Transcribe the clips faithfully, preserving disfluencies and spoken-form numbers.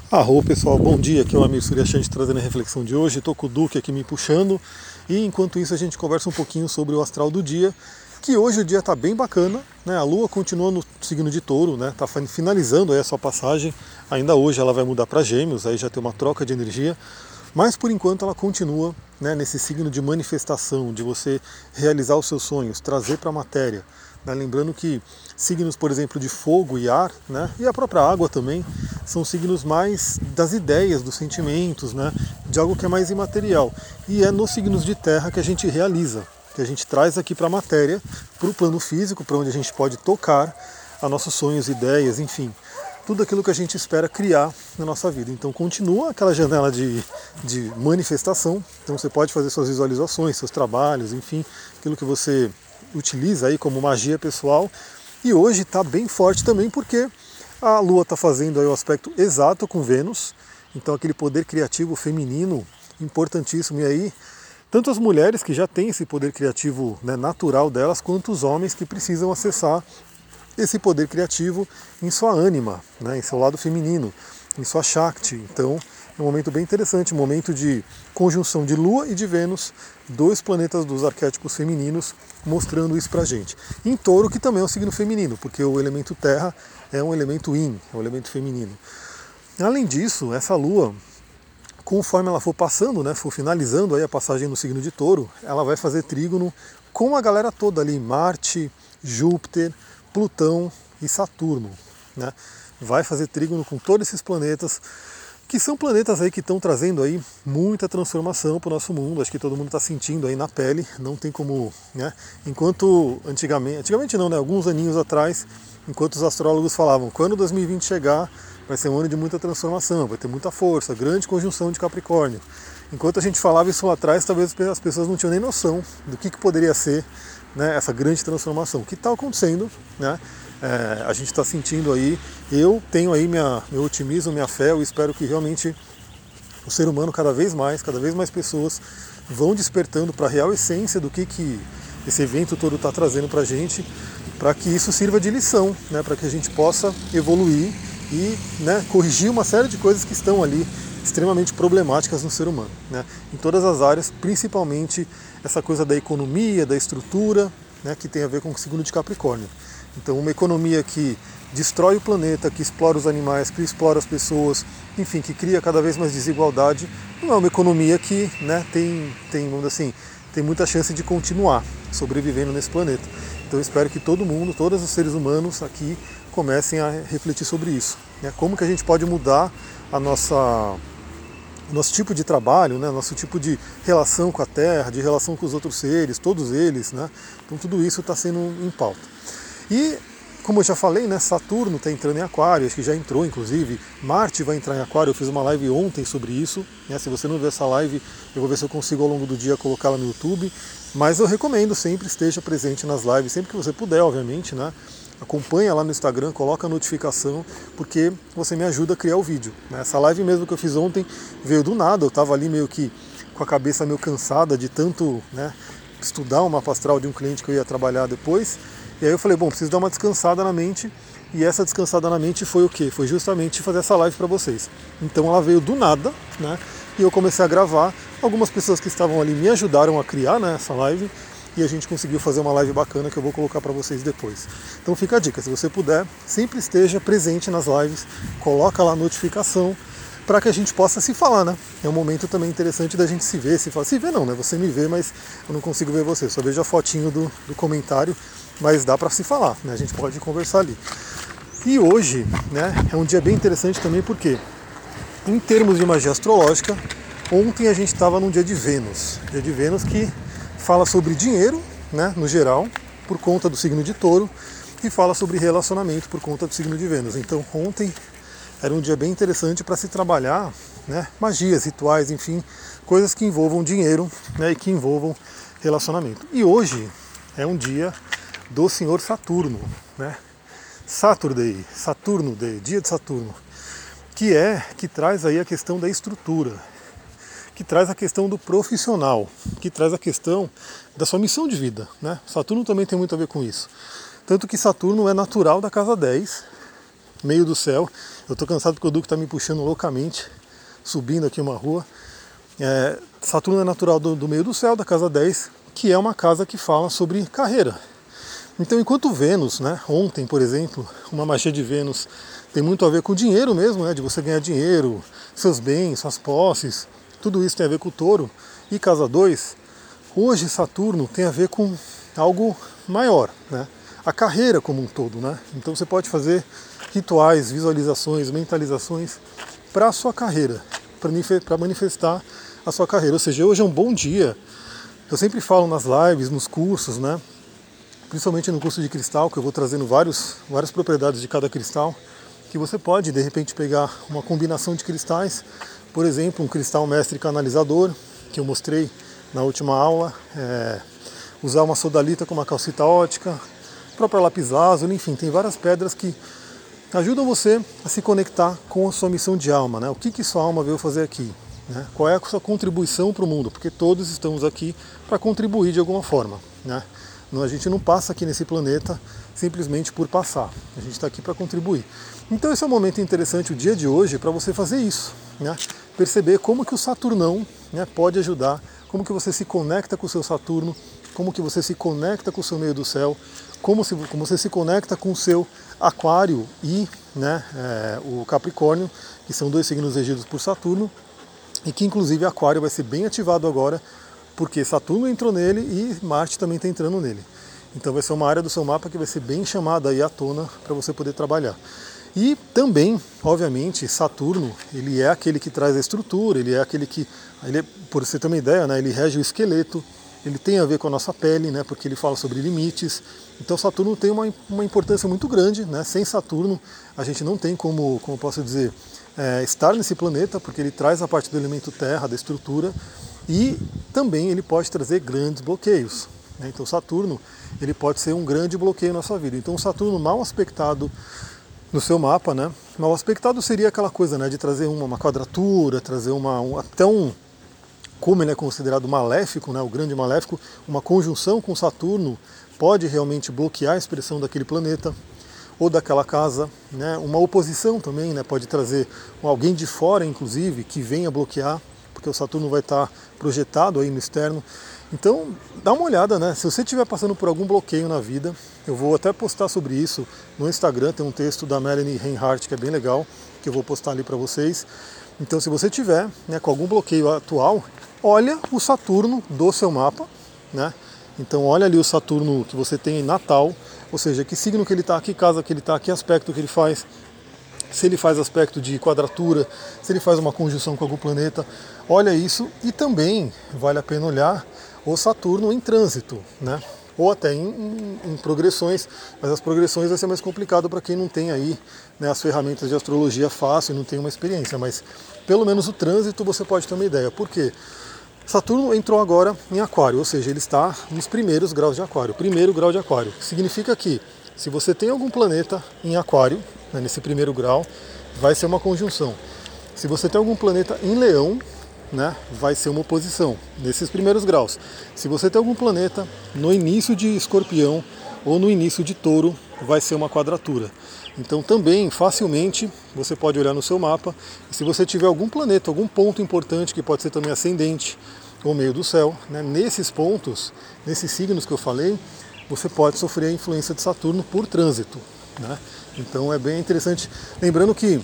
Arro pessoal, bom dia, aqui é o Amir Suryashanti trazendo a reflexão de hoje, estou com o Duque aqui me puxando e enquanto isso a gente conversa um pouquinho sobre o astral do dia, que hoje o dia está bem bacana, né? A Lua continua no signo de Touro, né? Tá finalizando aí a sua passagem, ainda hoje ela vai mudar para Gêmeos, aí já tem uma troca de energia, mas por enquanto ela continua, né, nesse signo de manifestação, de você realizar os seus sonhos, trazer para a matéria. Né? Lembrando que signos, por exemplo, de fogo e ar, né, e a própria água também, são signos mais das ideias, dos sentimentos, né, de algo que é mais imaterial. E é nos signos de terra que a gente realiza, que a gente traz aqui para a matéria, para o plano físico, para onde a gente pode tocar a nossos sonhos, ideias, enfim, tudo aquilo que a gente espera criar na nossa vida. Então continua aquela janela de, de manifestação, então você pode fazer suas visualizações, seus trabalhos, enfim, aquilo que você utiliza aí como magia pessoal. E hoje está bem forte também porque a Lua está fazendo aí o aspecto exato com Vênus, então aquele poder criativo feminino importantíssimo. E aí, tanto as mulheres que já têm esse poder criativo, né, natural delas, quanto os homens que precisam acessar esse poder criativo em sua ânima, né, em seu lado feminino, em sua Shakti. Então é um momento bem interessante, um momento de conjunção de Lua e de Vênus, dois planetas dos arquétipos femininos, mostrando isso pra gente. Em Touro, que também é um signo feminino, porque o elemento terra é um elemento yin, é um elemento feminino. Além disso, essa Lua, conforme ela for passando, né, for finalizando aí a passagem no signo de Touro, ela vai fazer trígono com a galera toda ali, Marte, Júpiter, Plutão e Saturno, né? Vai fazer trígono com todos esses planetas, que são planetas aí que estão trazendo aí muita transformação para o nosso mundo. Acho que todo mundo está sentindo aí na pele, não tem como, né? Enquanto antigamente, antigamente não, né? Alguns aninhos atrás, enquanto os astrólogos falavam, quando dois mil e vinte chegar, vai ser um ano de muita transformação, vai ter muita força, grande conjunção de Capricórnio. Enquanto a gente falava isso lá atrás, talvez as pessoas não tinham nem noção do que, que poderia ser, né, essa grande transformação. O que está acontecendo, né? É, a gente está sentindo aí, eu tenho aí minha, meu otimismo, minha fé, eu espero que realmente o ser humano cada vez mais, cada vez mais pessoas vão despertando para a real essência do que, que esse evento todo está trazendo para a gente, para que isso sirva de lição, né, para que a gente possa evoluir e, né, corrigir uma série de coisas que estão ali extremamente problemáticas no ser humano, né, em todas as áreas, principalmente essa coisa da economia, da estrutura, né, que tem a ver com o signo de Capricórnio. Então uma economia que destrói o planeta, que explora os animais, que explora as pessoas, enfim, que cria cada vez mais desigualdade, não é uma economia que, né, tem, tem, vamos dizer assim, tem muita chance de continuar sobrevivendo nesse planeta. Então eu espero que todo mundo, todos os seres humanos aqui comecem a refletir sobre isso, né? Como que a gente pode mudar a nossa nosso tipo de trabalho, né, nosso tipo de relação com a Terra, de relação com os outros seres, todos eles, né? Então tudo isso está sendo em pauta. E, como eu já falei, né, Saturno está entrando em Aquário, acho que já entrou inclusive, Marte vai entrar em Aquário, eu fiz uma live ontem sobre isso, né? Se você não viu essa live, eu vou ver se eu consigo ao longo do dia colocá-la no YouTube, mas eu recomendo sempre esteja presente nas lives, sempre que você puder, obviamente, né? Acompanha lá no Instagram, coloca a notificação, porque você me ajuda a criar o vídeo. Essa live mesmo que eu fiz ontem veio do nada, eu estava ali meio que com a cabeça meio cansada de tanto, né, estudar o mapa astral de um cliente que eu ia trabalhar depois, e aí eu falei, bom, preciso dar uma descansada na mente, e essa descansada na mente foi o quê? Foi justamente fazer essa live para vocês. Então ela veio do nada, né, e eu comecei a gravar, algumas pessoas que estavam ali me ajudaram a criar, né, essa live, e a gente conseguiu fazer uma live bacana que eu vou colocar para vocês depois. Então fica a dica, se você puder, sempre esteja presente nas lives, coloca lá a notificação para que a gente possa se falar, né? É um momento também interessante da gente se ver, se falar, se ver não, né? Você me vê, mas eu não consigo ver você, só vejo a fotinho do, do comentário, mas dá para se falar, né? A gente pode conversar ali. E hoje, né, é um dia bem interessante também porque, em termos de magia astrológica, ontem a gente estava num dia de Vênus, dia de Vênus que fala sobre dinheiro, né, no geral, por conta do signo de Touro, e fala sobre relacionamento por conta do signo de Vênus. Então ontem era um dia bem interessante para se trabalhar, né, magias, rituais, enfim, coisas que envolvam dinheiro, né, e que envolvam relacionamento. E hoje é um dia do senhor Saturno, né, Saturday, Saturno Day, dia de Saturno, que é, que traz aí a questão da estrutura, que traz a questão do profissional, que traz a questão da sua missão de vida, né? Saturno também tem muito a ver com isso. Tanto que Saturno é natural da casa dez, meio do céu. Eu estou cansado porque o Duque está me puxando loucamente, subindo aqui uma rua. É, Saturno é natural do, do meio do céu, da casa dez, que é uma casa que fala sobre carreira. Então, enquanto Vênus, né, ontem, por exemplo, uma magia de Vênus tem muito a ver com dinheiro mesmo, né, de você ganhar dinheiro, seus bens, suas posses, tudo isso tem a ver com o touro. E casa dois, hoje Saturno tem a ver com algo maior, né, a carreira como um todo, né. Então você pode fazer rituais, visualizações, mentalizações para a sua carreira, para manifestar a sua carreira. Ou seja, hoje é um bom dia. Eu sempre falo nas lives, nos cursos, né, principalmente no curso de cristal, que eu vou trazendo vários, várias propriedades de cada cristal, que você pode, de repente, pegar uma combinação de cristais, por exemplo, um cristal mestre canalizador, que eu mostrei na última aula, é, usar uma sodalita com uma calcita ótica, própria lapislázuli, enfim, tem várias pedras que ajudam você a se conectar com a sua missão de alma, né? O que, que sua alma veio fazer aqui? Né? Qual é a sua contribuição para o mundo? Porque todos estamos aqui para contribuir de alguma forma, né? A gente não passa aqui nesse planeta simplesmente por passar. A gente está aqui para contribuir. Então esse é um momento interessante, o dia de hoje, para você fazer isso, né? Perceber como que o Saturnão, né, pode ajudar, como que você se conecta com o seu Saturno, como que você se conecta com o seu meio do céu, como, se, como você se conecta com o seu Aquário e, né, é, o Capricórnio, que são dois signos regidos por Saturno, e que inclusive Aquário vai ser bem ativado agora, porque Saturno entrou nele e Marte também está entrando nele. Então vai ser uma área do seu mapa que vai ser bem chamada aí à tona para você poder trabalhar. E também, obviamente, Saturno, ele é aquele que traz a estrutura, ele é aquele que, ele é, por você ter uma ideia, né, ele rege o esqueleto, ele tem a ver com a nossa pele, né, porque ele fala sobre limites. Então Saturno tem uma, uma importância muito grande, né? Sem Saturno a gente não tem como, como posso dizer, é, estar nesse planeta, porque ele traz a parte do elemento terra, da estrutura, e também ele pode trazer grandes bloqueios, né? Então Saturno, ele pode ser um grande bloqueio na sua vida. Então o Saturno mal aspectado no seu mapa, né? Mal aspectado seria aquela coisa, né, de trazer uma, uma quadratura, trazer uma, um, até um, como ele é considerado maléfico, né, o grande maléfico, uma conjunção com Saturno pode realmente bloquear a expressão daquele planeta ou daquela casa, né? Uma oposição também, né, pode trazer alguém de fora, inclusive, que venha bloquear, porque o Saturno vai estar projetado aí no externo. Então, dá uma olhada, né? Se você estiver passando por algum bloqueio na vida, eu vou até postar sobre isso no Instagram, tem um texto da Melanie Reinhardt que é bem legal, que eu vou postar ali para vocês. Então, se você tiver, né, com algum bloqueio atual, olha o Saturno do seu mapa, né? Então, olha ali o Saturno que você tem em Natal, ou seja, que signo que ele está, que casa que ele está, que aspecto que ele faz, se ele faz aspecto de quadratura, se ele faz uma conjunção com algum planeta, olha isso. E também vale a pena olhar o Saturno em trânsito, né? Ou até em, em, em progressões, mas as progressões vai ser mais complicado para quem não tem aí, né, as ferramentas de astrologia fácil e não tem uma experiência, mas pelo menos o trânsito você pode ter uma ideia. Por quê? Saturno entrou agora em Aquário, ou seja, ele está nos primeiros graus de Aquário, primeiro grau de Aquário. Significa que se você tem algum planeta em Aquário, né, nesse primeiro grau, vai ser uma conjunção. Se você tem algum planeta em Leão, né, vai ser uma oposição nesses primeiros graus. Se você tem algum planeta no início de Escorpião ou no início de Touro, vai ser uma quadratura. Então também, facilmente, você pode olhar no seu mapa, e se você tiver algum planeta, algum ponto importante, que pode ser também ascendente ou meio do céu, né, nesses pontos, nesses signos que eu falei, você pode sofrer a influência de Saturno por trânsito, né? Então é bem interessante. Lembrando que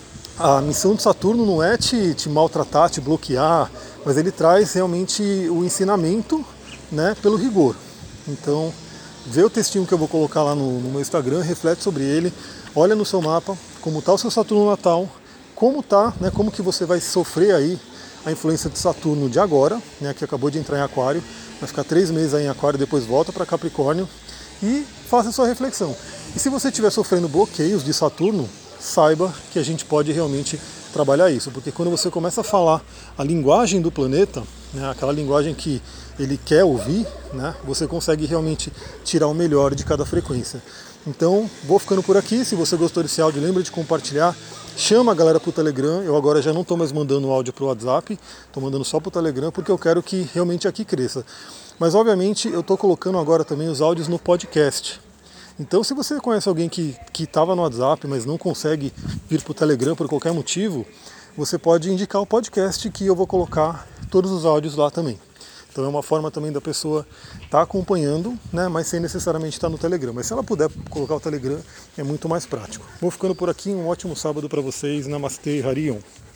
a missão de Saturno não é te, te maltratar, te bloquear, mas ele traz realmente o ensinamento, né, pelo rigor. Então, vê o textinho que eu vou colocar lá no, no meu Instagram, reflete sobre ele, olha no seu mapa, como está o seu Saturno natal, como tá, né, como que você vai sofrer aí a influência de Saturno de agora, né, que acabou de entrar em Aquário, vai ficar três meses aí em Aquário, depois volta para Capricórnio, e faça a sua reflexão. E se você estiver sofrendo bloqueios de Saturno, saiba que a gente pode realmente trabalhar isso, porque quando você começa a falar a linguagem do planeta, né, aquela linguagem que ele quer ouvir, né, você consegue realmente tirar o melhor de cada frequência. Então, vou ficando por aqui. Se você gostou desse áudio, lembra de compartilhar, chama a galera para o Telegram. Eu agora já não estou mais mandando áudio para o WhatsApp, estou mandando só para o Telegram, porque eu quero que realmente aqui cresça. Mas, obviamente, eu estou colocando agora também os áudios no podcast. Então, se você conhece alguém que estava no WhatsApp, mas não consegue vir para o Telegram por qualquer motivo, você pode indicar o podcast que eu vou colocar todos os áudios lá também. Então é uma forma também da pessoa estar tá acompanhando, né, mas sem necessariamente estar no Telegram. Mas se ela puder colocar o Telegram, é muito mais prático. Vou ficando por aqui, um ótimo sábado para vocês. Namastê, Harion.